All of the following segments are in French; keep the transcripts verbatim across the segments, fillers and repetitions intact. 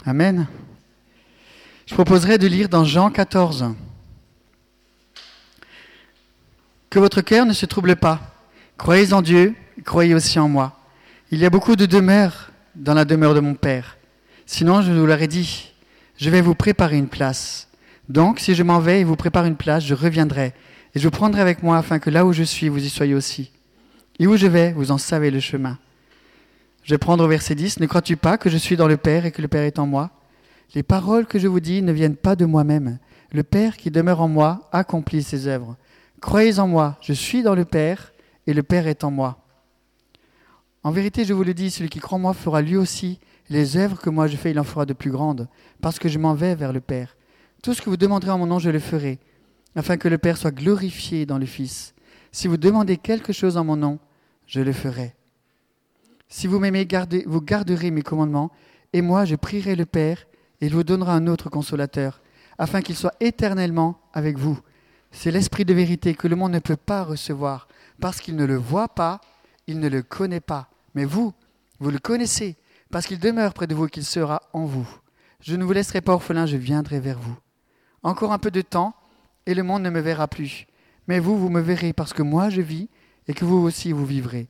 Amen. Je proposerais de lire dans Jean quatorze. Que votre cœur ne se trouble pas. Croyez en Dieu, croyez aussi en moi. Il y a beaucoup de demeures dans la demeure de mon Père. Sinon, je vous l'aurais dit, je vais vous préparer une place. Donc, si je m'en vais et vous prépare une place, je reviendrai et je vous prendrai avec moi afin que là où je suis, vous y soyez aussi. Et où je vais, vous en savez le chemin. Je vais prendre au verset dix. Ne crois-tu pas que je suis dans le Père et que le Père est en moi ? Les paroles que je vous dis ne viennent pas de moi-même. Le Père qui demeure en moi accomplit ses œuvres. Croyez en moi, je suis dans le Père et le Père est en moi. En vérité, je vous le dis, celui qui croit en moi fera lui aussi les œuvres que moi je fais, il en fera de plus grandes, parce que je m'en vais vers le Père. Tout ce que vous demanderez en mon nom, je le ferai, afin que le Père soit glorifié dans le Fils. Si vous demandez quelque chose en mon nom, je le ferai. Si vous m'aimez, gardez, vous garderez mes commandements, et moi je prierai le Père, et il vous donnera un autre consolateur, afin qu'il soit éternellement avec vous. C'est l'Esprit de vérité que le monde ne peut pas recevoir, parce qu'il ne le voit pas, il ne le connaît pas. Mais vous, vous le connaissez, parce qu'il demeure près de vous et qu'il sera en vous. Je ne vous laisserai pas orphelin, je viendrai vers vous. Encore un peu de temps, et le monde ne me verra plus. Mais vous, vous me verrez, parce que moi je vis, et que vous aussi vous vivrez.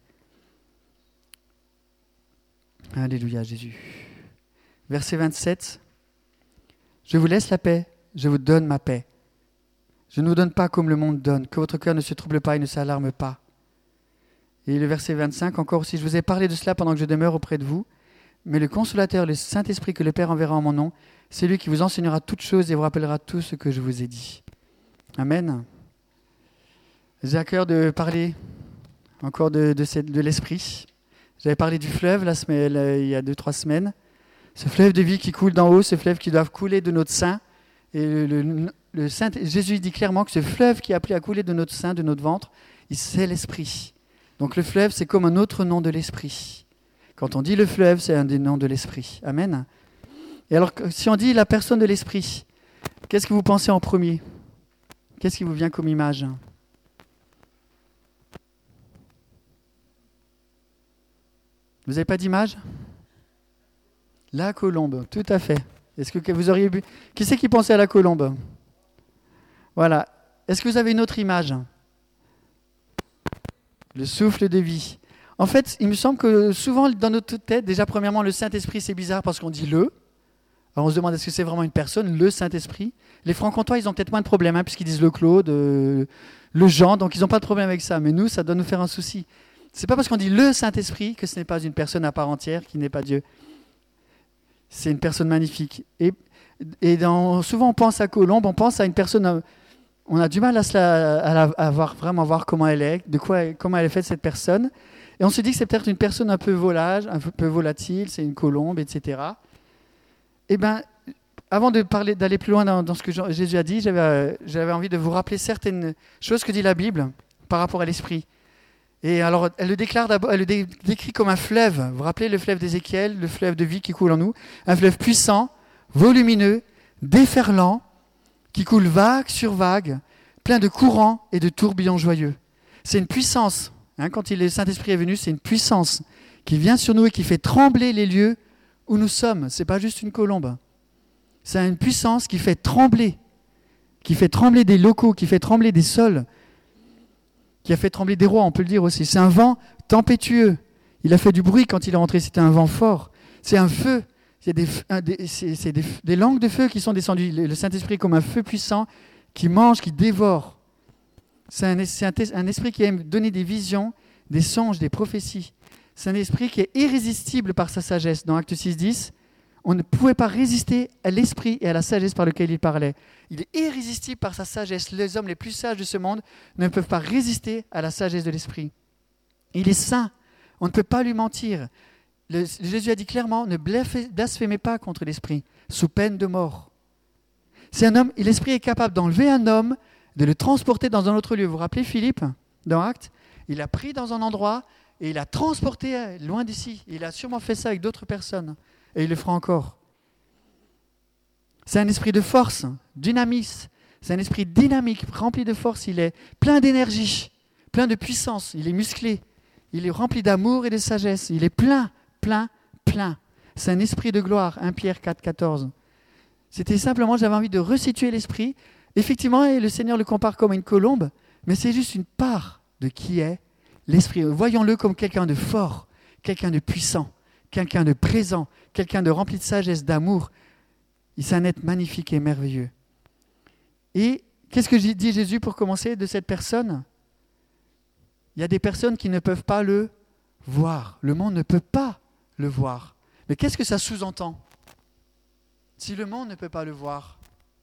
Alléluia, Jésus. Verset vingt-sept. Je vous laisse la paix, je vous donne ma paix. Je ne vous donne pas comme le monde donne, que votre cœur ne se trouble pas et ne s'alarme pas. Et le verset vingt-cinq, encore aussi, je vous ai parlé de cela pendant que je demeure auprès de vous, mais le consolateur, le Saint-Esprit que le Père enverra en mon nom, c'est lui qui vous enseignera toutes choses et vous rappellera tout ce que je vous ai dit. Amen. J'ai à cœur de parler encore de, de, cette, de l'Esprit. J'avais parlé du fleuve la semaine, il y a deux, trois semaines. Ce fleuve de vie qui coule d'en haut, ce fleuve qui doit couler de notre sein. Et le, le, le Saint, Jésus dit clairement que ce fleuve qui est appelé à couler de notre sein, de notre ventre, c'est l'Esprit. Donc le fleuve, c'est comme un autre nom de l'Esprit. Quand on dit le fleuve, c'est un des noms de l'Esprit. Amen. Et alors, si on dit la personne de l'Esprit, qu'est-ce que vous pensez en premier ? Qu'est-ce qui vous vient comme image ? Vous n'avez pas d'image ? La colombe, tout à fait. Est-ce que vous auriez bu... Qui c'est qui pensait à la colombe ? Voilà. Est-ce que vous avez une autre image ? Le souffle de vie. En fait, il me semble que souvent dans notre tête, déjà premièrement, le Saint-Esprit, c'est bizarre parce qu'on dit le. Alors on se demande est-ce que c'est vraiment une personne, le Saint-Esprit. Les Franc-Comtois, ils ont peut-être moins de problèmes, hein, puisqu'ils disent le Claude, euh, le Jean, donc ils n'ont pas de problème avec ça. Mais nous, ça doit nous faire un souci. C'est pas parce qu'on dit le Saint-Esprit que ce n'est pas une personne à part entière, qui n'est pas Dieu. C'est une personne magnifique. Et, et dans, souvent, on pense à Colombe, on pense à une personne... On a du mal à, se la, à, la, à voir, vraiment voir comment elle est, de quoi, comment elle est faite cette personne. Et on se dit que c'est peut-être une personne un peu volage, un peu volatile, c'est une colombe, et cetera. Eh bien, avant de parler, d'aller plus loin dans, dans ce que Jésus a dit, j'avais, j'avais envie de vous rappeler certaines choses que dit la Bible par rapport à l'Esprit. Et alors, elle le déclare d'abord, elle le dé, décrit comme un fleuve. Vous vous rappelez le fleuve d'Ézéchiel, le fleuve de vie qui coule en nous, un fleuve puissant, volumineux, déferlant, qui coule vague sur vague, plein de courants et de tourbillons joyeux. C'est une puissance, hein, quand le Saint-Esprit est venu, c'est une puissance qui vient sur nous et qui fait trembler les lieux où nous sommes. Ce n'est pas juste une colombe. C'est une puissance qui fait trembler, qui fait trembler des locaux, qui fait trembler des sols, qui a fait trembler des rois, on peut le dire aussi. C'est un vent tempétueux. Il a fait du bruit quand il est rentré, c'était un vent fort. C'est un feu. C'est, des, un, des, c'est, c'est des, des langues de feu qui sont descendues. Le, le Saint-Esprit comme un feu puissant qui mange, qui dévore. C'est, un, c'est un, un esprit qui aime donner des visions, des songes, des prophéties. C'est un esprit qui est irrésistible par sa sagesse. Dans Actes six dix, on ne pouvait pas résister à l'esprit et à la sagesse par lequel il parlait. Il est irrésistible par sa sagesse. Les hommes les plus sages de ce monde ne peuvent pas résister à la sagesse de l'esprit. Il est saint. On ne peut pas lui mentir. Le, Jésus a dit clairement, ne blasphémez pas contre l'esprit, sous peine de mort. C'est un homme, et l'esprit est capable d'enlever un homme, de le transporter dans un autre lieu. Vous vous rappelez Philippe, dans Actes ? Il l'a pris dans un endroit et il l'a transporté loin d'ici. Il a sûrement fait ça avec d'autres personnes. Et il le fera encore. C'est un esprit de force, dynamisme. C'est un esprit dynamique, rempli de force. Il est plein d'énergie, plein de puissance. Il est musclé. Il est rempli d'amour et de sagesse. Il est plein, plein, plein. C'est un esprit de gloire, premier Pierre quatre, quatorze. C'était simplement, j'avais envie de resituer l'esprit. Effectivement, le Seigneur le compare comme une colombe, mais c'est juste une part de qui est l'esprit. Voyons-le comme quelqu'un de fort, quelqu'un de puissant, quelqu'un de présent, quelqu'un de rempli de sagesse, d'amour. C'est un être magnifique et merveilleux. Et qu'est-ce que dit Jésus pour commencer de cette personne ? Il y a des personnes qui ne peuvent pas le voir. Le monde ne peut pas le voir. Mais qu'est-ce que ça sous-entend ? Si le monde ne peut pas le voir,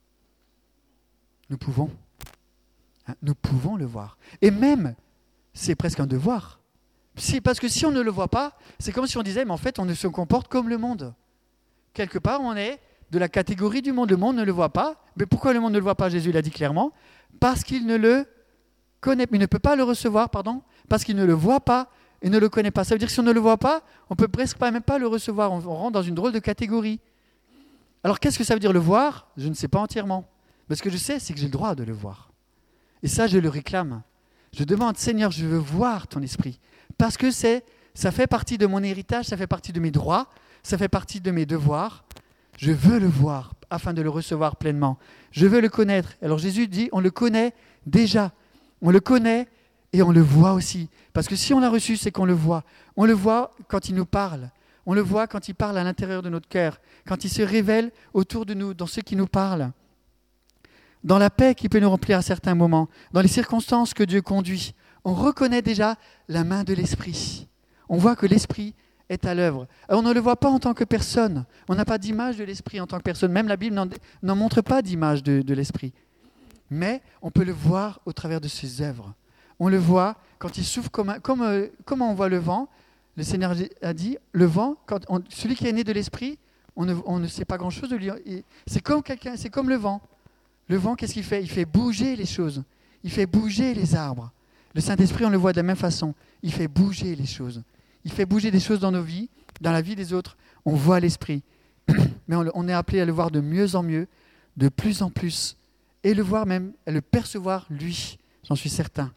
nous pouvons. Hein, nous pouvons le voir. Et même, c'est presque un devoir. C'est parce que si on ne le voit pas, c'est comme si on disait, mais en fait, on ne se comporte comme le monde. Quelque part, on est de la catégorie du monde. Le monde ne le voit pas. Mais pourquoi le monde ne le voit pas ? Jésus l'a dit clairement. Parce qu'il ne le connaît, il ne peut pas le recevoir, pardon, parce qu'il ne le voit pas et ne le connaît pas. Ça veut dire que si on ne le voit pas, on ne peut presque pas, même pas le recevoir. On, on rentre dans une drôle de catégorie. Alors, qu'est-ce que ça veut dire le voir ? Je ne sais pas entièrement. Mais ce que je sais, c'est que j'ai le droit de le voir. Et ça, je le réclame. Je demande, Seigneur, je veux voir ton esprit. Parce que c'est, ça fait partie de mon héritage, ça fait partie de mes droits, ça fait partie de mes devoirs. Je veux le voir afin de le recevoir pleinement. Je veux le connaître. Alors Jésus dit, on le connaît déjà. On le connaît et on le voit aussi. Parce que si on l'a reçu, c'est qu'on le voit. On le voit quand il nous parle. On le voit quand il parle à l'intérieur de notre cœur, quand il se révèle autour de nous, dans ceux qui nous parlent, dans la paix qui peut nous remplir à certains moments, dans les circonstances que Dieu conduit. On reconnaît déjà la main de l'Esprit. On voit que l'Esprit est à l'œuvre. Alors, on ne le voit pas en tant que personne. On n'a pas d'image de l'Esprit en tant que personne. Même la Bible n'en, n'en montre pas d'image de, de l'Esprit. Mais on peut le voir au travers de ses œuvres. On le voit quand il souffle comme, un, comme, euh, comme on voit le vent. Le Seigneur a dit, le vent, quand on, celui qui est né de l'Esprit, on ne, on ne sait pas grand-chose de lui. C'est comme quelqu'un, c'est comme le vent. Le vent, qu'est-ce qu'il fait ? Il fait bouger les choses. Il fait bouger les arbres. Le Saint-Esprit, on le voit de la même façon. Il fait bouger les choses. Il fait bouger des choses dans nos vies, dans la vie des autres. On voit l'Esprit. Mais on, on est appelé à le voir de mieux en mieux, de plus en plus. Et le voir même, à le percevoir, lui. J'en suis certain.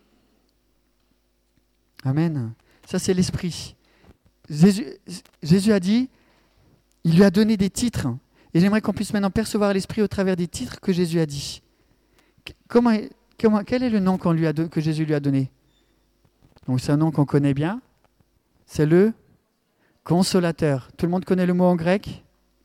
Amen. Ça, c'est l'Esprit. Jésus, Jésus a dit, il lui a donné des titres. Et j'aimerais qu'on puisse maintenant percevoir l'Esprit au travers des titres que Jésus a dit. Comment, comment, quel est le nom qu'on lui a, que Jésus lui a donné ? Donc, c'est un nom qu'on connaît bien. C'est le consolateur. Tout le monde connaît le mot en grec ?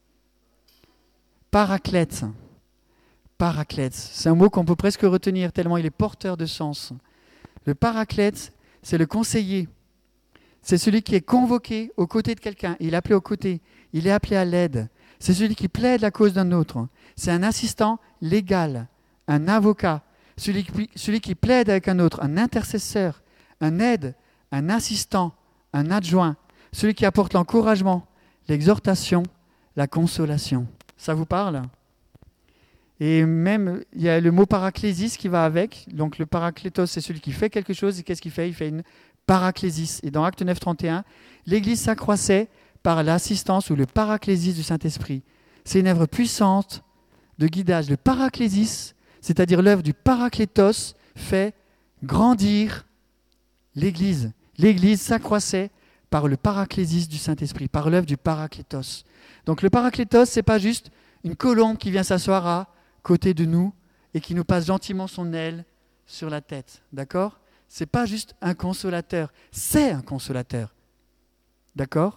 Paraclète. Paraclète. C'est un mot qu'on peut presque retenir tellement il est porteur de sens. Le paraclète, c'est le conseiller. C'est celui qui est convoqué aux côtés de quelqu'un. Il est appelé aux côtés. Il est appelé à l'aide. C'est celui qui plaide la cause d'un autre. C'est un assistant légal, un avocat, celui qui, celui qui plaide avec un autre, un intercesseur, un aide, un assistant, un adjoint, celui qui apporte l'encouragement, l'exhortation, la consolation. Ça vous parle ? Et même, il y a le mot paraclésis qui va avec. Donc le paraclétos, c'est celui qui fait quelque chose. Et qu'est-ce qu'il fait ? Il fait une paraclésis. Et dans Acte neuf, trente et un, l'Église s'accroissait par l'assistance ou le paraclésis du Saint-Esprit. C'est une œuvre puissante de guidage. Le paraclésis, c'est-à-dire l'œuvre du paraclétos, fait grandir l'Église. L'Église s'accroissait par le paraclésis du Saint-Esprit, par l'œuvre du paraclétos. Donc le paraclétos, ce n'est pas juste une colombe qui vient s'asseoir à côté de nous et qui nous passe gentiment son aile sur la tête. D'accord ? Ce n'est pas juste un consolateur, c'est un consolateur. D'accord ?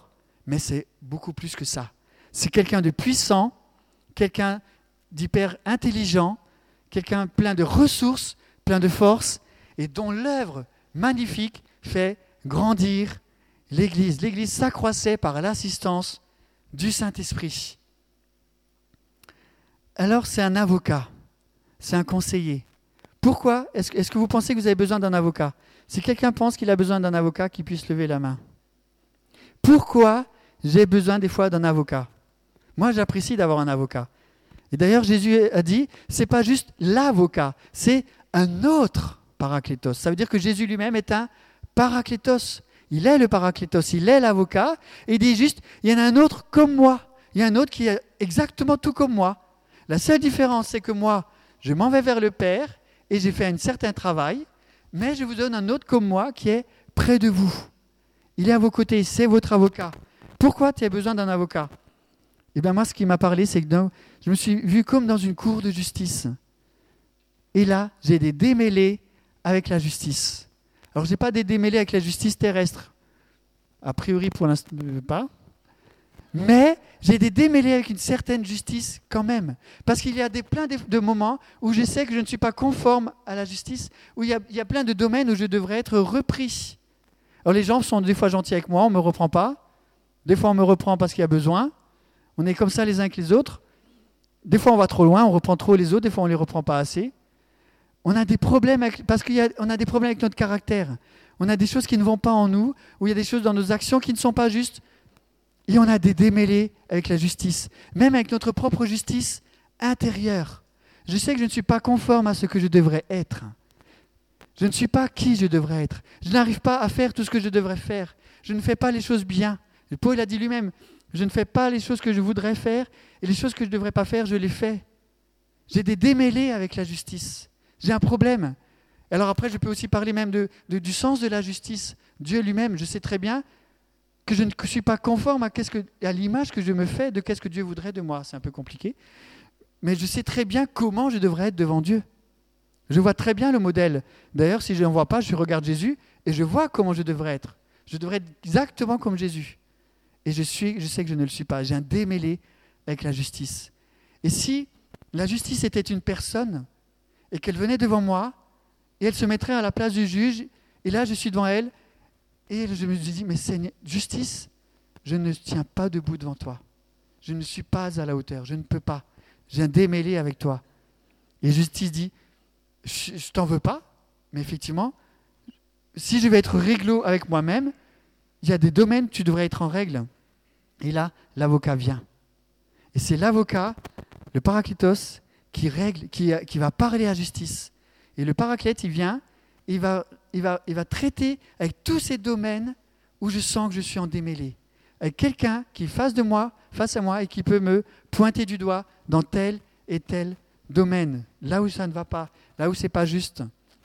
Mais c'est beaucoup plus que ça. C'est quelqu'un de puissant, quelqu'un d'hyper intelligent, quelqu'un plein de ressources, plein de force, et dont l'œuvre magnifique fait grandir l'Église. L'Église s'accroissait par l'assistance du Saint-Esprit. Alors c'est un avocat, c'est un conseiller. Pourquoi est-ce, est-ce que vous pensez que vous avez besoin d'un avocat ? Si quelqu'un pense qu'il a besoin d'un avocat, qu'il puisse lever la main. Pourquoi j'ai besoin des fois d'un avocat ? Moi, j'apprécie d'avoir un avocat. Et d'ailleurs, Jésus a dit, c'est pas juste l'avocat, c'est un autre paraclétos. Ça veut dire que Jésus lui-même est un paraclétos. Il est le paraclétos, il est l'avocat. Et il dit juste, il y en a un autre comme moi. Il y a un autre qui est exactement tout comme moi. La seule différence, c'est que moi, je m'en vais vers le Père et j'ai fait un certain travail, mais je vous donne un autre comme moi qui est près de vous. Il est à vos côtés, c'est votre avocat. Pourquoi tu as besoin d'un avocat ? Eh bien moi, ce qui m'a parlé, c'est que dans, je me suis vu comme dans une cour de justice. Et là, j'ai des démêlés avec la justice. Alors, je n'ai pas des démêlés avec la justice terrestre. A priori, pour l'instant, pas. Mais j'ai des démêlés avec une certaine justice quand même. Parce qu'il y a des, plein de, de moments où je sais que je ne suis pas conforme à la justice, où il y, a, il y a plein de domaines où je devrais être repris. Alors les gens sont des fois gentils avec moi, on ne me reprend pas. Des fois on me reprend parce qu'il y a besoin. On est comme ça les uns avec les autres. Des fois on va trop loin, on reprend trop les autres, des fois on ne les reprend pas assez. On a des problèmes avec, parce qu'on a des problèmes avec notre caractère. On a des choses qui ne vont pas en nous, où il y a des choses dans nos actions qui ne sont pas justes. Et on a des démêlés avec la justice, même avec notre propre justice intérieure. Je sais que je ne suis pas conforme à ce que je devrais être. Je ne suis pas qui je devrais être. Je n'arrive pas à faire tout ce que je devrais faire. Je ne fais pas les choses bien. Paul a dit lui-même, je ne fais pas les choses que je voudrais faire, et les choses que je ne devrais pas faire, je les fais. J'ai des démêlés avec la justice. J'ai un problème. Alors après, je peux aussi parler même de, de, du sens de la justice. Dieu lui-même, je sais très bien que je ne suis pas conforme à, qu'est-ce que, à l'image que je me fais de qu'est-ce que Dieu voudrait de moi. C'est un peu compliqué. Mais je sais très bien comment je devrais être devant Dieu. Je vois très bien le modèle. D'ailleurs, si je n'en vois pas, je regarde Jésus et je vois comment je devrais être. Je devrais être exactement comme Jésus. Et je, suis, je sais que je ne le suis pas. J'ai un démêlé avec la justice. Et si la justice était une personne et qu'elle venait devant moi et elle se mettrait à la place du juge, et là je suis devant elle, et je me dis, mais Seigneur, justice, je ne tiens pas debout devant toi. Je ne suis pas à la hauteur, je ne peux pas. J'ai un démêlé avec toi. Et justice dit, je, je t'en veux pas, mais effectivement, si je vais être réglo avec moi-même, il y a des domaines où tu devrais être en règle. Et là, l'avocat vient. Et c'est l'avocat, le parakletos, qui règle, qui, qui va parler à justice. Et le paraclète, il vient, et il va, il va, il va traiter avec tous ces domaines où je sens que je suis en démêlé. Avec quelqu'un qui est face de moi, face à moi, et qui peut me pointer du doigt dans tel et tel domaine, là où ça ne va pas, là où ce n'est pas juste.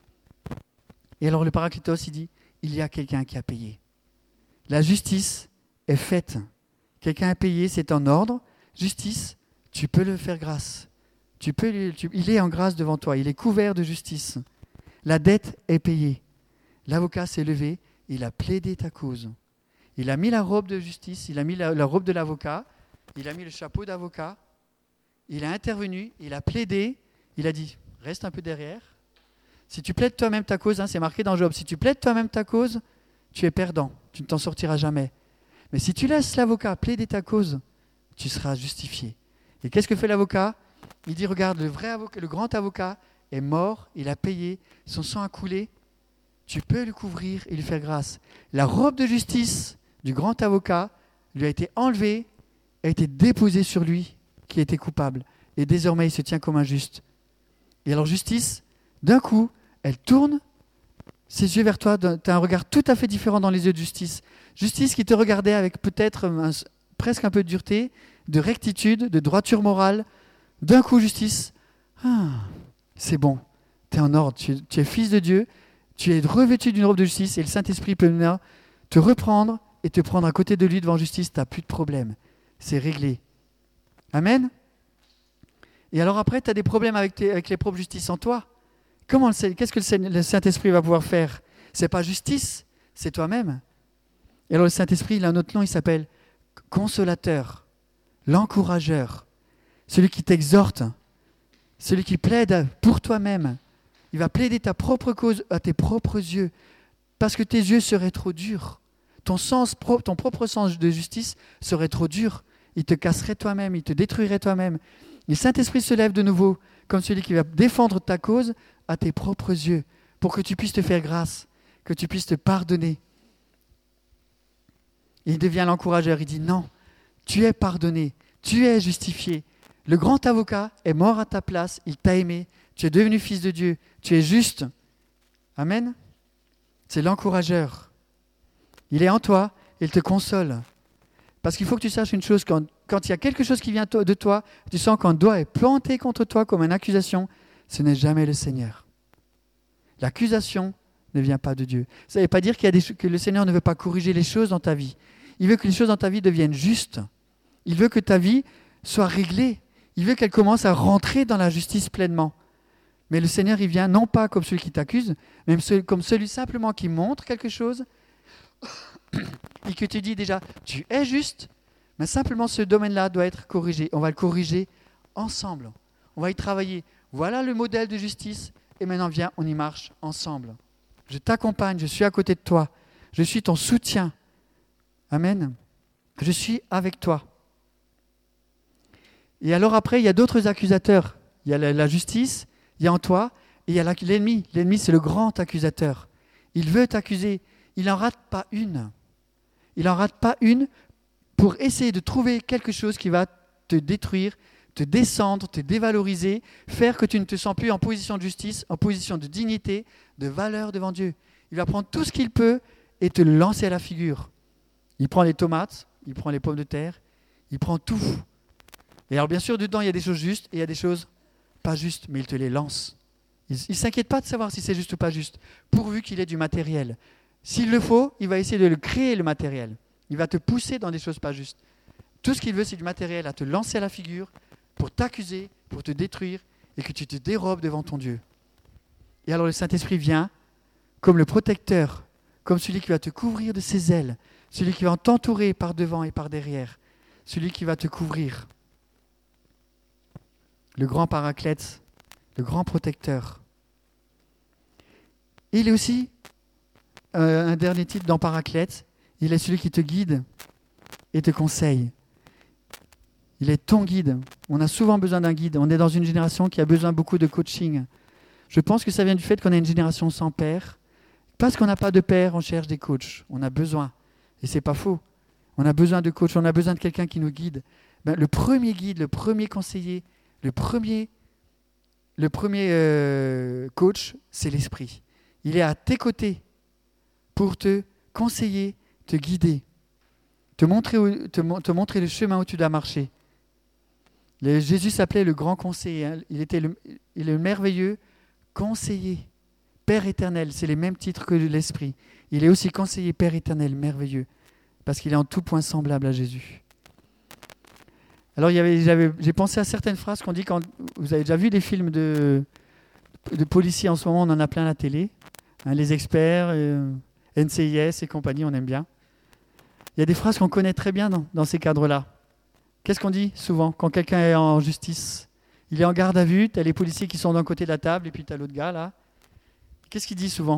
Et alors le parakletos, il dit, il y a quelqu'un qui a payé. La justice est faite. Quelqu'un a payé, c'est en ordre. Justice, tu peux le faire grâce. Tu peux, tu, il est en grâce devant toi, il est couvert de justice. La dette est payée. L'avocat s'est levé, il a plaidé ta cause. Il a mis la robe de justice, il a mis la, la robe de l'avocat, il a mis le chapeau d'avocat, il a intervenu, il a plaidé, il a dit, reste un peu derrière. Si tu plaides toi-même ta cause, hein, c'est marqué dans Job, si tu plaides toi-même ta cause, tu es perdant, tu ne t'en sortiras jamais. Mais si tu laisses l'avocat plaider ta cause, tu seras justifié. Et qu'est-ce que fait l'avocat ? Il dit, regarde, le vrai avocat, le grand avocat est mort, il a payé, son sang a coulé, tu peux le couvrir et lui faire grâce. La robe de justice du grand avocat lui a été enlevée, a été déposée sur lui qui était coupable. Et désormais, il se tient comme un juste. Et alors, justice, d'un coup, elle tourne ses yeux vers toi, tu as un regard tout à fait différent dans les yeux de justice. Justice qui te regardait avec peut-être un, presque un peu de dureté, de rectitude, de droiture morale. D'un coup, justice, ah, c'est bon, tu es en ordre, tu, tu es fils de Dieu, tu es revêtu d'une robe de justice et le Saint-Esprit peut venir te reprendre et te prendre à côté de lui devant justice, tu n'as plus de problème. C'est réglé. Amen. Et alors après, tu as des problèmes avec, tes, avec les propres justices en toi. Comment le, qu'est-ce que le, le Saint-Esprit va pouvoir faire ? C'est pas justice, c'est toi-même. Et alors le Saint-Esprit, il a un autre nom, il s'appelle consolateur, l'encourageur, celui qui t'exhorte, celui qui plaide pour toi-même. Il va plaider ta propre cause à tes propres yeux, parce que tes yeux seraient trop durs. Ton, sens, ton propre sens de justice serait trop dur. Il te casserait toi-même, il te détruirait toi-même. Et le Saint-Esprit se lève de nouveau comme celui qui va défendre ta cause à tes propres yeux, pour que tu puisses te faire grâce, que tu puisses te pardonner. Et il devient l'encourageur, il dit non, tu es pardonné, tu es justifié. Le grand avocat est mort à ta place, il t'a aimé, tu es devenu fils de Dieu, tu es juste. Amen. C'est l'encourageur. Il est en toi, il te console. Parce qu'il faut que tu saches une chose, quand, quand il y a quelque chose qui vient de toi, tu sens qu'un doigt est planté contre toi comme une accusation, ce n'est jamais le Seigneur. L'accusation ne vient pas de Dieu. Ça ne veut pas dire qu'il y a des, que le Seigneur ne veut pas corriger les choses dans ta vie. Il veut que les choses dans ta vie deviennent justes. Il veut que ta vie soit réglée. Il veut qu'elle commence à rentrer dans la justice pleinement. Mais le Seigneur, il vient non pas comme celui qui t'accuse, mais comme celui simplement qui montre quelque chose et que tu dis déjà, tu es juste, mais simplement ce domaine-là doit être corrigé. On va le corriger ensemble. On va y travailler. Voilà le modèle de justice et maintenant viens, on y marche ensemble. Je t'accompagne, je suis à côté de toi. Je suis ton soutien. Amen. Je suis avec toi. Et alors après, il y a d'autres accusateurs. Il y a la, la justice, il y a en toi, et il y a la, l'ennemi. L'ennemi, c'est le grand accusateur. Il veut t'accuser. Il n'en rate pas une. Il n'en rate pas une pour essayer de trouver quelque chose qui va te détruire, te descendre, te dévaloriser, faire que tu ne te sens plus en position de justice, en position de dignité, de valeur devant Dieu. Il va prendre tout ce qu'il peut et te le lancer à la figure. Il prend les tomates, il prend les pommes de terre, il prend tout. Et alors bien sûr, dedans, il y a des choses justes et il y a des choses pas justes, mais il te les lance. Il ne s'inquiète pas de savoir si c'est juste ou pas juste, pourvu qu'il ait du matériel. S'il le faut, il va essayer de le créer, le matériel. Il va te pousser dans des choses pas justes. Tout ce qu'il veut, c'est du matériel à te lancer à la figure pour t'accuser, pour te détruire et que tu te dérobes devant ton Dieu. Et alors le Saint-Esprit vient comme le protecteur, comme celui qui va te couvrir de ses ailes, celui qui va t'entourer par devant et par derrière, celui qui va te couvrir. Le grand paraclète, le grand protecteur. Et il est aussi euh, un dernier titre dans Paraclète, il est celui qui te guide et te conseille. Il est ton guide. On a souvent besoin d'un guide. On est dans une génération qui a besoin beaucoup de coaching. Je pense que ça vient du fait qu'on a une génération sans père. Parce qu'on n'a pas de père, on cherche des coachs. On a besoin. Et c'est pas faux. On a besoin de coachs. On a besoin de quelqu'un qui nous guide. Ben, le premier guide, le premier conseiller, le premier, le premier euh, coach, c'est l'Esprit. Il est à tes côtés pour te conseiller, te guider, te montrer, où, te, te montrer le chemin où tu dois marcher. Le, Jésus s'appelait le grand conseiller. Hein. Il était le, il est le merveilleux conseiller. Père éternel, c'est les mêmes titres que l'Esprit. Il est aussi conseiller, Père éternel, merveilleux, parce qu'il est en tout point semblable à Jésus. Alors, il y avait, j'avais, j'ai pensé à certaines phrases qu'on dit quand vous avez déjà vu des films de, de policiers en ce moment, on en a plein à la télé. Hein, les experts, euh, N C I S et compagnie, on aime bien. Il y a des phrases qu'on connaît très bien dans, dans ces cadres-là. Qu'est-ce qu'on dit souvent quand quelqu'un est en justice? Il est en garde à vue, tu as les policiers qui sont d'un côté de la table et puis tu as l'autre gars là. Qu'est-ce qu'il dit souvent?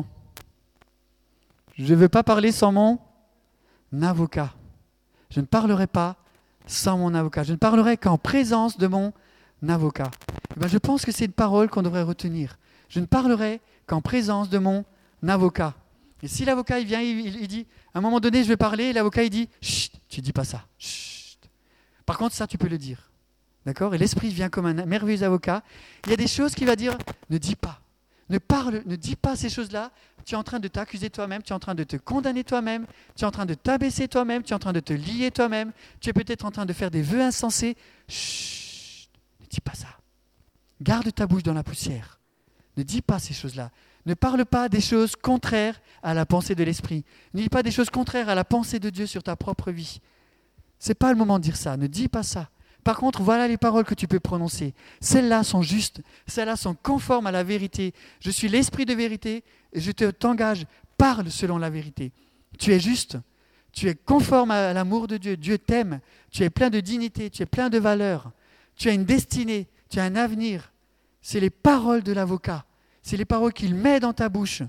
Je ne veux pas parler sans mon avocat. Je ne parlerai pas sans mon avocat. Je ne parlerai qu'en présence de mon avocat. Et bien, je pense que c'est une parole qu'on devrait retenir. Je ne parlerai qu'en présence de mon avocat. Et si l'avocat il vient, il, il, il dit, à un moment donné, je vais parler, et l'avocat il dit, chut, tu ne dis pas ça. Chut. Par contre, ça, tu peux le dire. D'accord? Et l'Esprit vient comme un merveilleux avocat. Il y a des choses qu'il va dire, ne dis pas. Ne parle, ne dis pas ces choses-là. Tu es en train de t'accuser toi-même, tu es en train de te condamner toi-même, tu es en train de t'abaisser toi-même, tu es en train de te lier toi-même, tu es peut-être en train de faire des vœux insensés. Chut, ne dis pas ça. Garde ta bouche dans la poussière. Ne dis pas ces choses-là. Ne parle pas des choses contraires à la pensée de l'Esprit. Ne dis pas des choses contraires à la pensée de Dieu sur ta propre vie. Ce n'est pas le moment de dire ça. Ne dis pas ça. Par contre, voilà les paroles que tu peux prononcer. Celles-là sont justes, celles-là sont conformes à la vérité. Je suis l'Esprit de vérité et je te, t'engage, parle selon la vérité. Tu es juste, tu es conforme à l'amour de Dieu. Dieu t'aime, tu es plein de dignité, tu es plein de valeur. Tu as une destinée, tu as un avenir. C'est les paroles de l'avocat, c'est les paroles qu'il met dans ta bouche.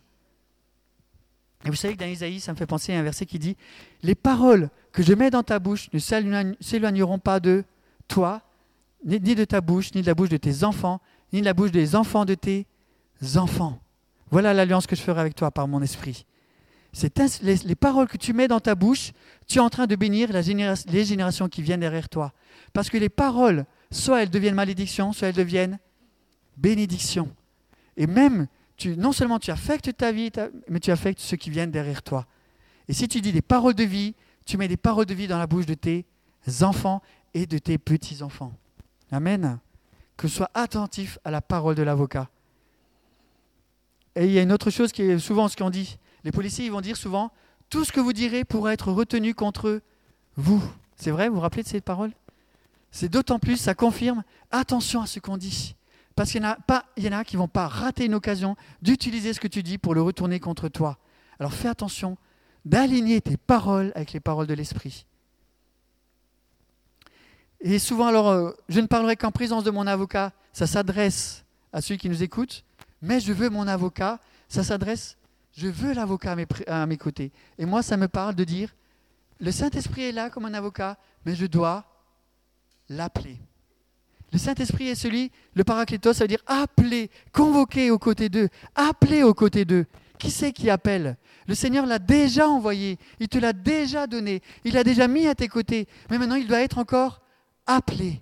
Et vous savez que dans Isaïe, ça me fait penser à un verset qui dit « Les paroles que je mets dans ta bouche ne s'éloigneront pas de toi, ni de ta bouche, ni de la bouche de tes enfants, ni de la bouche des enfants de tes enfants. Voilà l'alliance que je ferai avec toi par mon esprit. » C'est un, les, les paroles que tu mets dans ta bouche, tu es en train de bénir la génération, les générations qui viennent derrière toi. Parce que les paroles, soit elles deviennent malédiction, soit elles deviennent bénédiction. Et même, tu, non seulement tu affectes ta vie, ta, mais tu affectes ceux qui viennent derrière toi. Et si tu dis des paroles de vie, tu mets des paroles de vie dans la bouche de tes enfants et de tes petits-enfants. Amen. Que tu sois attentif à la parole de l'avocat. Et il y a une autre chose qui est souvent ce qu'on dit. Les policiers ils vont dire souvent, tout ce que vous direz pourra être retenu contre vous. C'est vrai, vous vous rappelez de cette parole? C'est d'autant plus, ça confirme, attention à ce qu'on dit. Parce qu'il y en a, pas, il y en a qui ne vont pas rater une occasion d'utiliser ce que tu dis pour le retourner contre toi. Alors fais attention d'aligner tes paroles avec les paroles de l'Esprit. Et souvent, alors, euh, je ne parlerai qu'en présence de mon avocat, ça s'adresse à ceux qui nous écoutent, mais je veux mon avocat, ça s'adresse, je veux l'avocat à mes, à mes côtés. Et moi, ça me parle de dire, le Saint-Esprit est là comme un avocat, mais je dois l'appeler. Le Saint-Esprit est celui, le Paraclétos, ça veut dire appeler, convoquer aux côtés d'eux, appeler aux côtés d'eux. Qui c'est qui appelle? Le Seigneur l'a déjà envoyé, il te l'a déjà donné, il l'a déjà mis à tes côtés, mais maintenant il doit être encore appelé.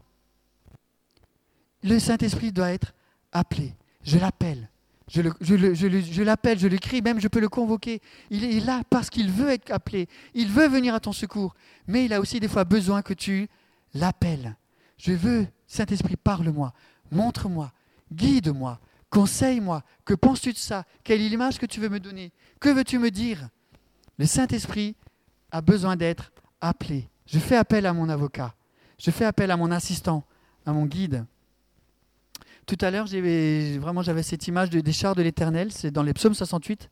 Le Saint-Esprit doit être appelé. Je l'appelle, je, le, je, le, je, le, je l'appelle, je le crie, même je peux le convoquer. Il est là parce qu'il veut être appelé, il veut venir à ton secours, mais il a aussi des fois besoin que tu l'appelles. Je veux, Saint-Esprit, parle-moi, montre-moi, guide-moi, conseille-moi. Que penses-tu de ça? Quelle est l'image que tu veux me donner? Que veux-tu me dire? Le Saint-Esprit a besoin d'être appelé. Je fais appel à mon avocat. Je fais appel à mon assistant, à mon guide. Tout à l'heure, j'avais, vraiment, j'avais cette image de, des chars de l'Éternel, c'est dans les psaumes soixante-huit.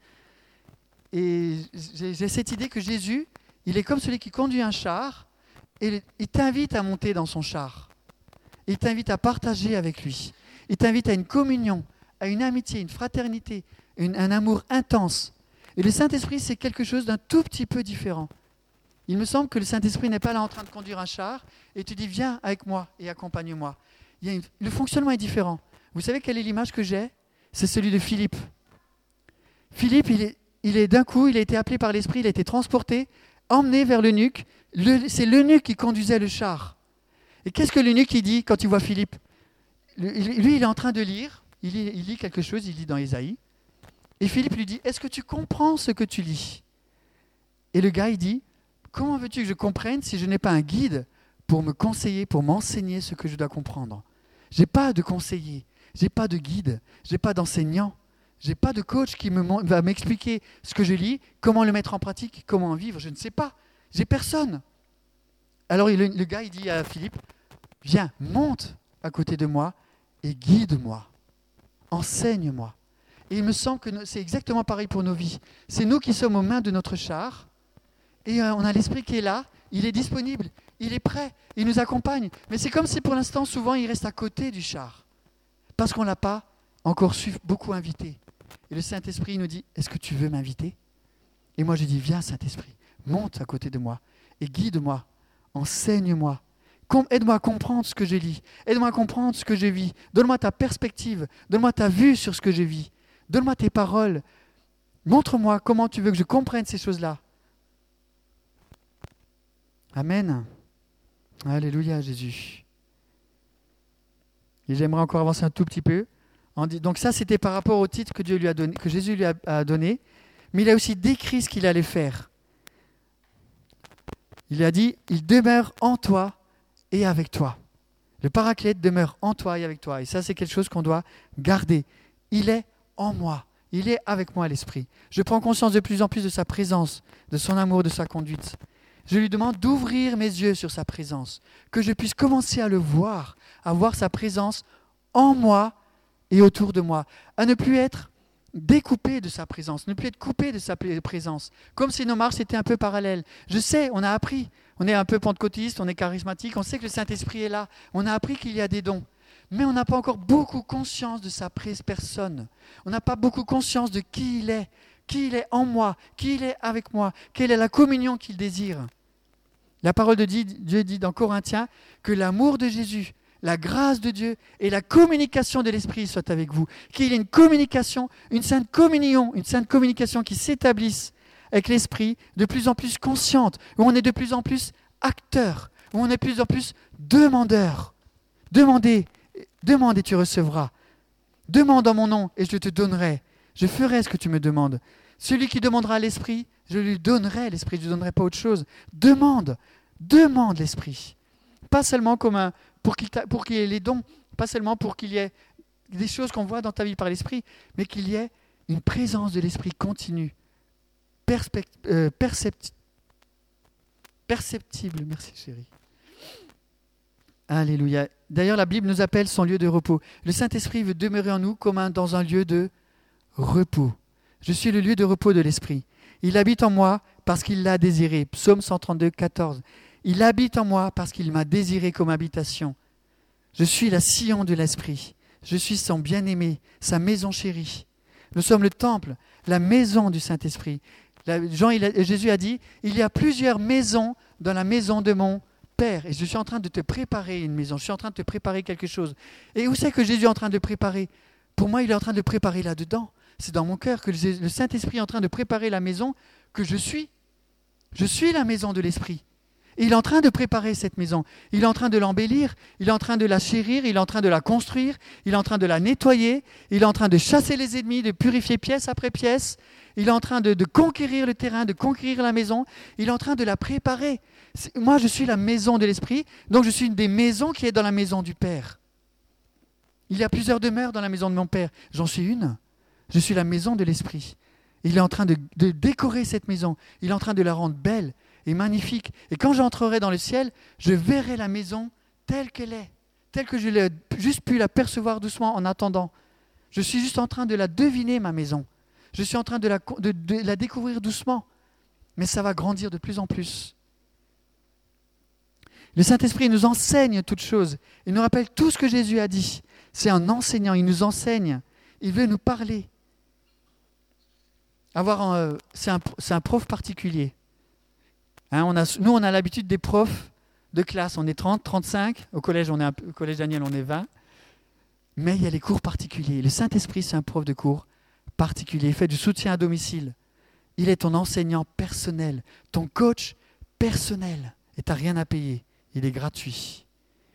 Et j'ai, j'ai cette idée que Jésus, il est comme celui qui conduit un char et il t'invite à monter dans son char. Il t'invite à partager avec lui. Il t'invite à une communion, à une amitié, une fraternité, une, un amour intense. Et le Saint-Esprit, c'est quelque chose d'un tout petit peu différent. Il me semble que le Saint-Esprit n'est pas là en train de conduire un char et tu dis viens avec moi et accompagne-moi. Il y a une, le fonctionnement est différent. Vous savez quelle est l'image que j'ai? C'est celui de Philippe. Philippe, il est, il est d'un coup, il a été appelé par l'Esprit, il a été transporté, emmené vers l'eunuque. Le, c'est l'eunuque qui conduisait le char. Et qu'est-ce que l'eunuque il dit quand il voit Philippe? Lui, il est en train de lire, il lit, il lit quelque chose, il lit dans Ésaïe. Et Philippe lui dit, est-ce que tu comprends ce que tu lis? Et le gars, il dit, comment veux-tu que je comprenne si je n'ai pas un guide pour me conseiller, pour m'enseigner ce que je dois comprendre? Je n'ai pas de conseiller, je n'ai pas de guide, je n'ai pas d'enseignant, je n'ai pas de coach qui me, va m'expliquer ce que je lis, comment le mettre en pratique, comment en vivre, je ne sais pas. J'ai personne. Alors le, le gars, il dit à Philippe, viens, monte à côté de moi et guide-moi, enseigne-moi. Et il me semble que c'est exactement pareil pour nos vies. C'est nous qui sommes aux mains de notre char et on a l'Esprit qui est là, il est disponible, il est prêt, il nous accompagne. Mais c'est comme si pour l'instant, souvent, il reste à côté du char parce qu'on ne l'a pas encore su beaucoup invité. Et le Saint-Esprit nous dit, est-ce que tu veux m'inviter? Et moi, je dis, viens Saint-Esprit, monte à côté de moi et guide-moi, enseigne-moi. Aide-moi à comprendre ce que je lis. Aide-moi à comprendre ce que je vis. Donne-moi ta perspective. Donne-moi ta vue sur ce que je vis. Donne-moi tes paroles. Montre-moi comment tu veux que je comprenne ces choses-là. Amen. Alléluia, Jésus. Et j'aimerais encore avancer un tout petit peu. Donc ça, c'était par rapport au titre que Dieu lui a donné, que Jésus lui a donné. Mais il a aussi décrit ce qu'il allait faire. Il a dit, il demeure en toi et avec toi. Le Paraclète demeure en toi et avec toi. Et ça, c'est quelque chose qu'on doit garder. Il est en moi. Il est avec moi, l'Esprit. Je prends conscience de plus en plus de sa présence, de son amour, de sa conduite. Je lui demande d'ouvrir mes yeux sur sa présence, que je puisse commencer à le voir, à voir sa présence en moi et autour de moi, à ne plus être découpé de sa présence, ne plus être coupé de sa présence, comme si nos marches étaient un peu parallèles. Je sais, on a appris, on est un peu pentecôtiste, on est charismatique, on sait que le Saint-Esprit est là, on a appris qu'il y a des dons, mais on n'a pas encore beaucoup conscience de sa personne, on n'a pas beaucoup conscience de qui il est, qui il est en moi, qui il est avec moi, quelle est la communion qu'il désire. La parole de Dieu dit dans Corinthiens que l'amour de Jésus, la grâce de Dieu et la communication de l'Esprit soient avec vous. Qu'il y ait une communication, une sainte communion, une sainte communication qui s'établisse avec l'Esprit de plus en plus consciente, où on est de plus en plus acteur, où on est de plus en plus demandeur. Demandez, demande et tu recevras. Demande en mon nom et je te donnerai. Je ferai ce que tu me demandes. Celui qui demandera l'Esprit, je lui donnerai l'Esprit, je ne lui donnerai pas autre chose. Demande, demande l'Esprit. Pas seulement comme un, pour, qu'il pour qu'il y ait les dons, pas seulement pour qu'il y ait des choses qu'on voit dans ta vie par l'Esprit, mais qu'il y ait une présence de l'Esprit continue, perspect, euh, percept, perceptible. Merci chérie. Alléluia. D'ailleurs, la Bible nous appelle son lieu de repos. Le Saint-Esprit veut demeurer en nous comme un, dans un lieu de repos. Je suis le lieu de repos de l'Esprit. Il habite en moi parce qu'il l'a désiré. Psaume cent trente-deux, quatorze. Il habite en moi parce qu'il m'a désiré comme habitation. Je suis la sillon de l'Esprit. Je suis son bien-aimé, sa maison chérie. Nous sommes le temple, la maison du Saint-Esprit. La, Jean, il a, Jésus a dit, il y a plusieurs maisons dans la maison de mon Père. Et je suis en train de te préparer une maison. Je suis en train de te préparer quelque chose. Et où c'est que Jésus est en train de préparer ? Pour moi, il est en train de préparer là-dedans. C'est dans mon cœur que le Saint-Esprit est en train de préparer la maison que je suis. Je suis la maison de l'Esprit. Et il est en train de préparer cette maison. Il est en train de l'embellir, il est en train de la chérir, il est en train de la construire, il est en train de la nettoyer, il est en train de chasser les ennemis, de purifier pièce après pièce. Il est en train de, de conquérir le terrain, de conquérir la maison. Il est en train de la préparer. C'est, moi, je suis la maison de l'Esprit, donc je suis une des maisons qui est dans la maison du Père. Il y a plusieurs demeures dans la maison de mon Père. J'en suis une. Je suis la maison de l'Esprit. Il est en train de, de décorer cette maison. Il est en train de la rendre belle et magnifique. Et quand j'entrerai dans le ciel, je verrai la maison telle qu'elle est, telle que je l'ai juste pu la percevoir doucement en attendant. Je suis juste en train de la deviner, ma maison. Je suis en train de la, de, de la découvrir doucement. Mais ça va grandir de plus en plus. Le Saint-Esprit nous enseigne toutes choses. Il nous rappelle tout ce que Jésus a dit. C'est un enseignant, il nous enseigne. Il veut nous parler. Avoir un, c'est, un, c'est un prof particulier. Hein, on a, nous, on a l'habitude des profs de classe. On est trente, trente-cinq. Au collège, on est un, au collège Daniel, on est vingt. Mais il y a les cours particuliers. Le Saint-Esprit, c'est un prof de cours particulier. Il fait du soutien à domicile. Il est ton enseignant personnel, ton coach personnel. Et tu n'as rien à payer. Il est gratuit.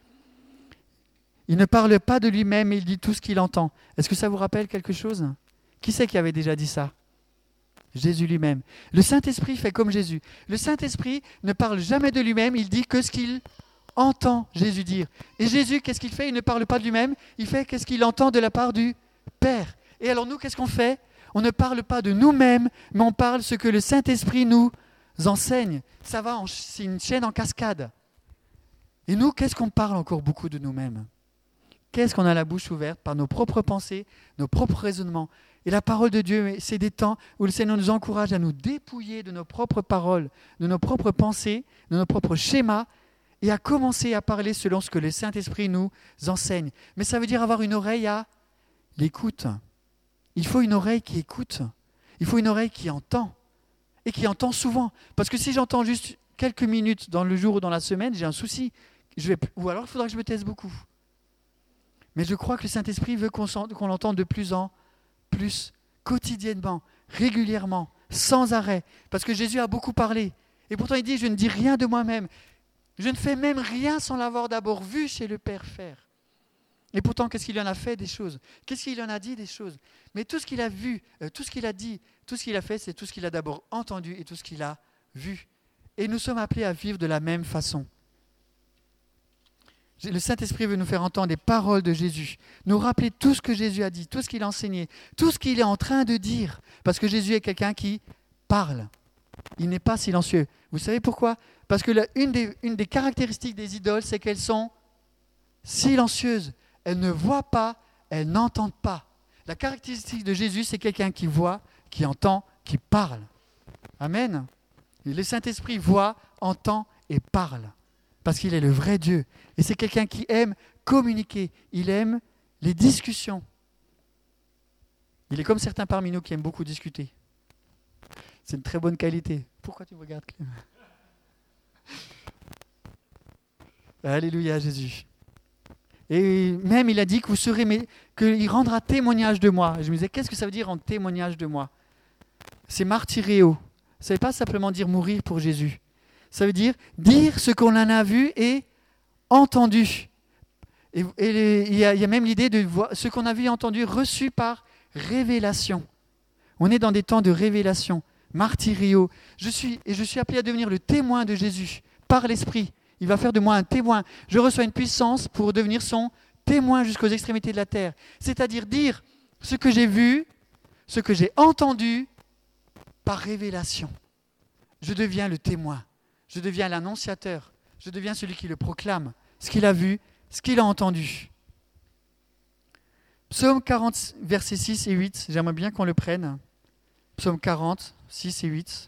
Il ne parle pas de lui-même, mais il dit tout ce qu'il entend. Est-ce que ça vous rappelle quelque chose ? Qui c'est qui avait déjà dit ça ? Jésus lui-même. Le Saint-Esprit fait comme Jésus. Le Saint-Esprit ne parle jamais de lui-même, il dit que ce qu'il entend Jésus dire. Et Jésus, qu'est-ce qu'il fait ? Il ne parle pas de lui-même, il fait qu'est-ce qu'il entend de la part du Père. Et alors nous, qu'est-ce qu'on fait ? On ne parle pas de nous-mêmes, mais on parle ce que le Saint-Esprit nous enseigne. Ça va, en, c'est une chaîne en cascade. Et nous, qu'est-ce qu'on parle encore beaucoup de nous-mêmes ? Qu'est-ce qu'on a la bouche ouverte par nos propres pensées, nos propres raisonnements ? Et la parole de Dieu, c'est des temps où le Seigneur nous encourage à nous dépouiller de nos propres paroles, de nos propres pensées, de nos propres schémas, et à commencer à parler selon ce que le Saint-Esprit nous enseigne. Mais ça veut dire avoir une oreille à l'écoute. Il faut une oreille qui écoute. Il faut une oreille qui entend. Et qui entend souvent. Parce que si j'entends juste quelques minutes dans le jour ou dans la semaine, j'ai un souci. Je vais, ou alors il faudra que je me taise beaucoup. Mais je crois que le Saint-Esprit veut qu'on, qu'on l'entende de plus en plus, quotidiennement, régulièrement, sans arrêt. Parce que Jésus a beaucoup parlé. Et pourtant il dit, je ne dis rien de moi-même. Je ne fais même rien sans l'avoir d'abord vu chez le Père faire. Et pourtant, qu'est-ce qu'il en a fait des choses ? Qu'est-ce qu'il en a dit des choses ? Mais tout ce qu'il a vu, euh, tout ce qu'il a dit, tout ce qu'il a fait, c'est tout ce qu'il a d'abord entendu et tout ce qu'il a vu. Et nous sommes appelés à vivre de la même façon. Le Saint-Esprit veut nous faire entendre les paroles de Jésus, nous rappeler tout ce que Jésus a dit, tout ce qu'il a enseigné, tout ce qu'il est en train de dire. Parce que Jésus est quelqu'un qui parle. Il n'est pas silencieux. Vous savez pourquoi ? Parce que la, une, des, une des caractéristiques des idoles, c'est qu'elles sont silencieuses. Elles ne voient pas, elles n'entendent pas. La caractéristique de Jésus, c'est quelqu'un qui voit, qui entend, qui parle. Amen. Et le Saint-Esprit voit, entend et parle. Parce qu'il est le vrai Dieu. Et c'est quelqu'un qui aime communiquer. Il aime les discussions. Il est comme certains parmi nous qui aiment beaucoup discuter. C'est une très bonne qualité. Pourquoi tu me regardes, Clément ? Alléluia, Jésus. Et même, il a dit que vous serez, mais, qu'il rendra témoignage de moi. Et je me disais, qu'est-ce que ça veut dire en témoignage de moi ? C'est martyréo. Ça ne veut pas simplement dire mourir pour Jésus. Ça veut dire dire ce qu'on en a vu et entendu. Et, et les, il, y a, il y a même l'idée de voir ce qu'on a vu et entendu reçu par révélation. On est dans des temps de révélation, martyrio. Je suis, et je suis appelé à devenir le témoin de Jésus par l'Esprit. Il va faire de moi un témoin. Je reçois une puissance pour devenir son témoin jusqu'aux extrémités de la terre. C'est-à-dire dire ce que j'ai vu, ce que j'ai entendu par révélation. Je deviens le témoin. je deviens l'annonciateur, je deviens celui qui le proclame, ce qu'il a vu, ce qu'il a entendu. Psaume quarante, versets six et huit, j'aimerais bien qu'on le prenne. Psaume quarante, six et huit.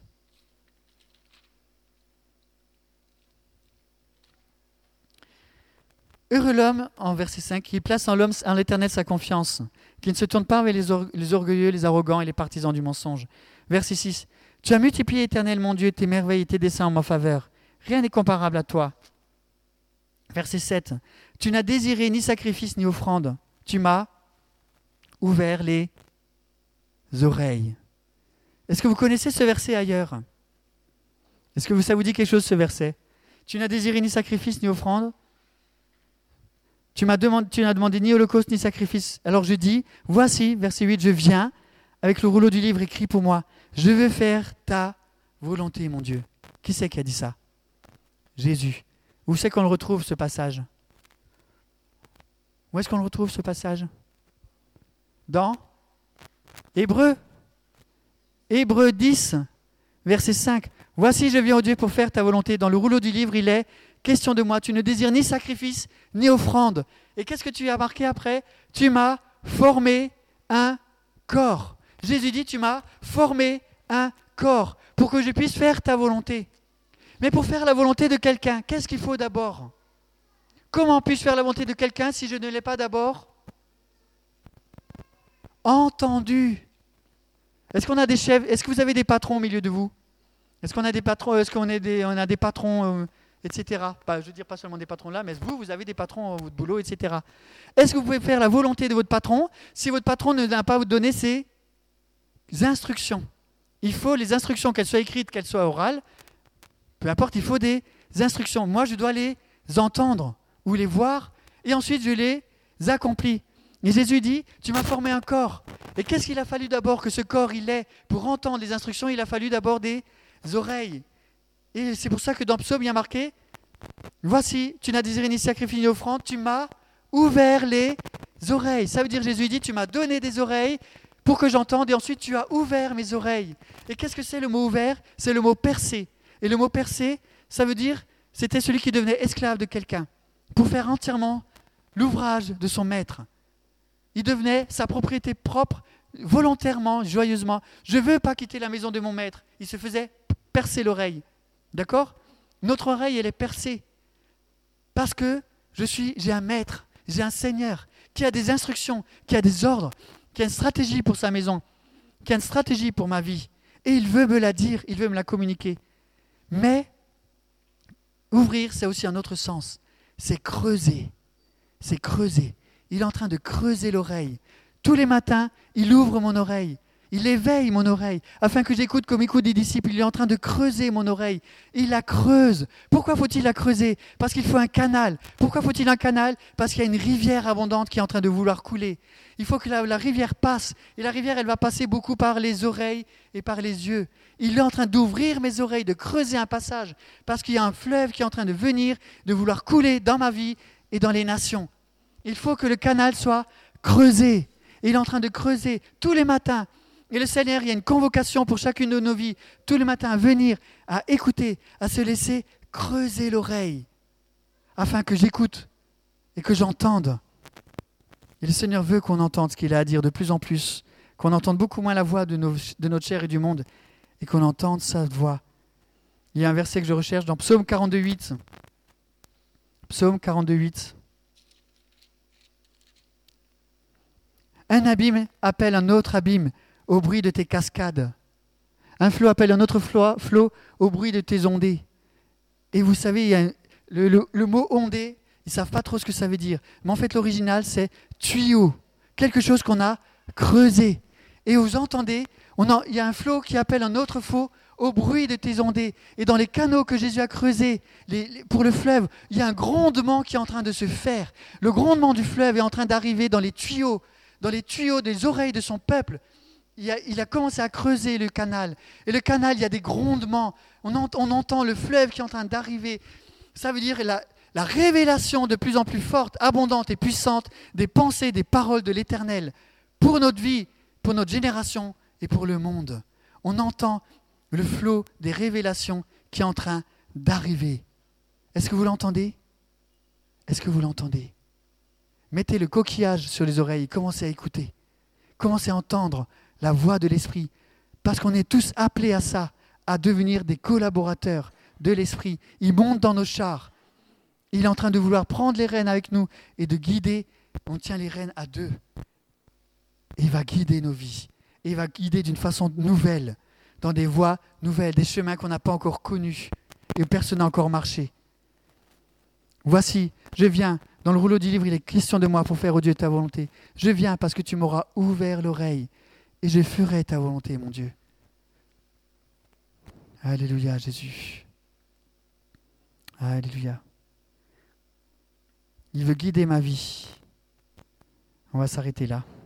Heureux l'homme, en verset cinq, qui place en l'homme, en l'Éternel sa confiance, qui ne se tourne pas vers les, or- les orgueilleux, les arrogants et les partisans du mensonge. Verset six. Tu as multiplié, Éternel, mon Dieu, tes merveilles et tes desseins en ma faveur. Rien n'est comparable à toi. Verset sept. Tu n'as désiré ni sacrifice ni offrande. Tu m'as ouvert les oreilles. Est-ce que vous connaissez ce verset ailleurs? Est-ce que ça vous dit quelque chose, ce verset? Tu n'as désiré ni sacrifice ni offrande. Tu m'as demandé, tu n'as demandé ni holocauste ni sacrifice. Alors je dis, voici, verset huit, je viens avec le rouleau du livre écrit pour moi. Je veux faire ta volonté, mon Dieu. Qui c'est qui a dit ça? Jésus. Où c'est qu'on le retrouve, ce passage? Où est-ce qu'on le retrouve, ce passage? Dans Hébreux. Hébreux dix, verset cinq. Voici, je viens, au Dieu, pour faire ta volonté. Dans le rouleau du livre, il est question de moi. Tu ne désires ni sacrifice, ni offrande. Et qu'est-ce que tu as marqué après? Tu m'as formé un corps. Jésus dit, tu m'as formé un corps pour que je puisse faire ta volonté. Mais pour faire la volonté de quelqu'un, qu'est-ce qu'il faut d'abord? Comment puis-je faire la volonté de quelqu'un si je ne l'ai pas d'abord entendu? Est-ce qu'on a des chefs? Est-ce que vous avez des patrons au milieu de vous? Est-ce qu'on a des patrons? Est-ce qu'on est des, on a des patrons, euh, et cetera. Pas, je veux dire pas seulement des patrons là, mais vous, vous avez des patrons à votre boulot, et cetera. Est-ce que vous pouvez faire la volonté de votre patron si votre patron ne vient pas vous donner ses instructions? Il faut les instructions, qu'elles soient écrites, qu'elles soient orales, peu importe, il faut des instructions. Moi, je dois les entendre ou les voir, et ensuite je les accomplis. Et Jésus dit, tu m'as formé un corps. Et qu'est-ce qu'il a fallu d'abord que ce corps il ait pour entendre les instructions? Il a fallu d'abord des oreilles. Et c'est pour ça que dans Psaume, il y a marqué, voici, tu n'as désiré ni sacrifice ni offrande, tu m'as ouvert les oreilles. Ça veut dire, Jésus dit, tu m'as donné des oreilles pour que j'entende, et ensuite tu as ouvert mes oreilles. Et qu'est-ce que c'est le mot ouvert? C'est le mot percé. Et le mot percé, ça veut dire, c'était celui qui devenait esclave de quelqu'un, pour faire entièrement l'ouvrage de son maître. Il devenait sa propriété propre, volontairement, joyeusement. Je ne veux pas quitter la maison de mon maître. Il se faisait percer l'oreille. D'accord? Notre oreille, elle est percée. Parce que je suis, j'ai un maître, j'ai un Seigneur qui a des instructions, qui a des ordres, qui a une stratégie pour sa maison, qui a une stratégie pour ma vie. Et il veut me la dire, il veut me la communiquer. Mais ouvrir, c'est aussi un autre sens. C'est creuser. C'est creuser. Il est en train de creuser l'oreille. Tous les matins, il ouvre mon oreille. Il éveille mon oreille, afin que j'écoute comme écoutent des disciples. Il est en train de creuser mon oreille. Il la creuse. Pourquoi faut-il la creuser? Parce qu'il faut un canal. Pourquoi faut-il un canal? Parce qu'il y a une rivière abondante qui est en train de vouloir couler. Il faut que la, la rivière passe. Et la rivière, elle va passer beaucoup par les oreilles et par les yeux. Il est en train d'ouvrir mes oreilles, de creuser un passage. Parce qu'il y a un fleuve qui est en train de venir, de vouloir couler dans ma vie et dans les nations. Il faut que le canal soit creusé. Et il est en train de creuser tous les matins. Et le Seigneur, il y a une convocation pour chacune de nos vies, tous les matins, à venir, à écouter, à se laisser creuser l'oreille, afin que j'écoute et que j'entende. Et le Seigneur veut qu'on entende ce qu'il a à dire de plus en plus, qu'on entende beaucoup moins la voix de, nos, de notre chair et du monde, et qu'on entende sa voix. Il y a un verset que je recherche dans Psaume quarante-deux, huit. Psaume quarante-deux, huit. Un abîme appelle un autre abîme au bruit de tes cascades. Un flot appelle un autre flot, flot au bruit de tes ondées. Et vous savez, il y a un, le, le, le mot ondée, ils ne savent pas trop ce que ça veut dire. Mais en fait, l'original, c'est tuyau. Quelque chose qu'on a creusé. Et vous entendez, on a, il y a un flot qui appelle un autre flot au bruit de tes ondées. Et dans les canaux que Jésus a creusés les, les, pour le fleuve, il y a un grondement qui est en train de se faire. Le grondement du fleuve est en train d'arriver dans les tuyaux, dans les tuyaux des oreilles de son peuple. Il a, il a commencé à creuser le canal. Et le canal, il y a des grondements. On, ent, on entend le fleuve qui est en train d'arriver. Ça veut dire la, la révélation de plus en plus forte, abondante et puissante des pensées, des paroles de l'Éternel pour notre vie, pour notre génération et pour le monde. On entend le flot des révélations qui est en train d'arriver. Est-ce que vous l'entendez? Est-ce que vous l'entendez? Mettez le coquillage sur les oreilles, commencez à écouter. Commencez à entendre la voix de l'Esprit. Parce qu'on est tous appelés à ça, à devenir des collaborateurs de l'Esprit. Il monte dans nos chars. Il est en train de vouloir prendre les rênes avec nous et de guider. On tient les rênes à deux. Et il va guider nos vies. Et il va guider d'une façon nouvelle, dans des voies nouvelles, des chemins qu'on n'a pas encore connus et où personne n'a encore marché. Voici, je viens, dans le rouleau du livre, il est question de moi pour faire, ô Dieu, ta volonté. Je viens parce que tu m'auras ouvert l'oreille et je ferai ta volonté, mon Dieu. Alléluia, Jésus. Alléluia. Il veut guider ma vie. On va s'arrêter là.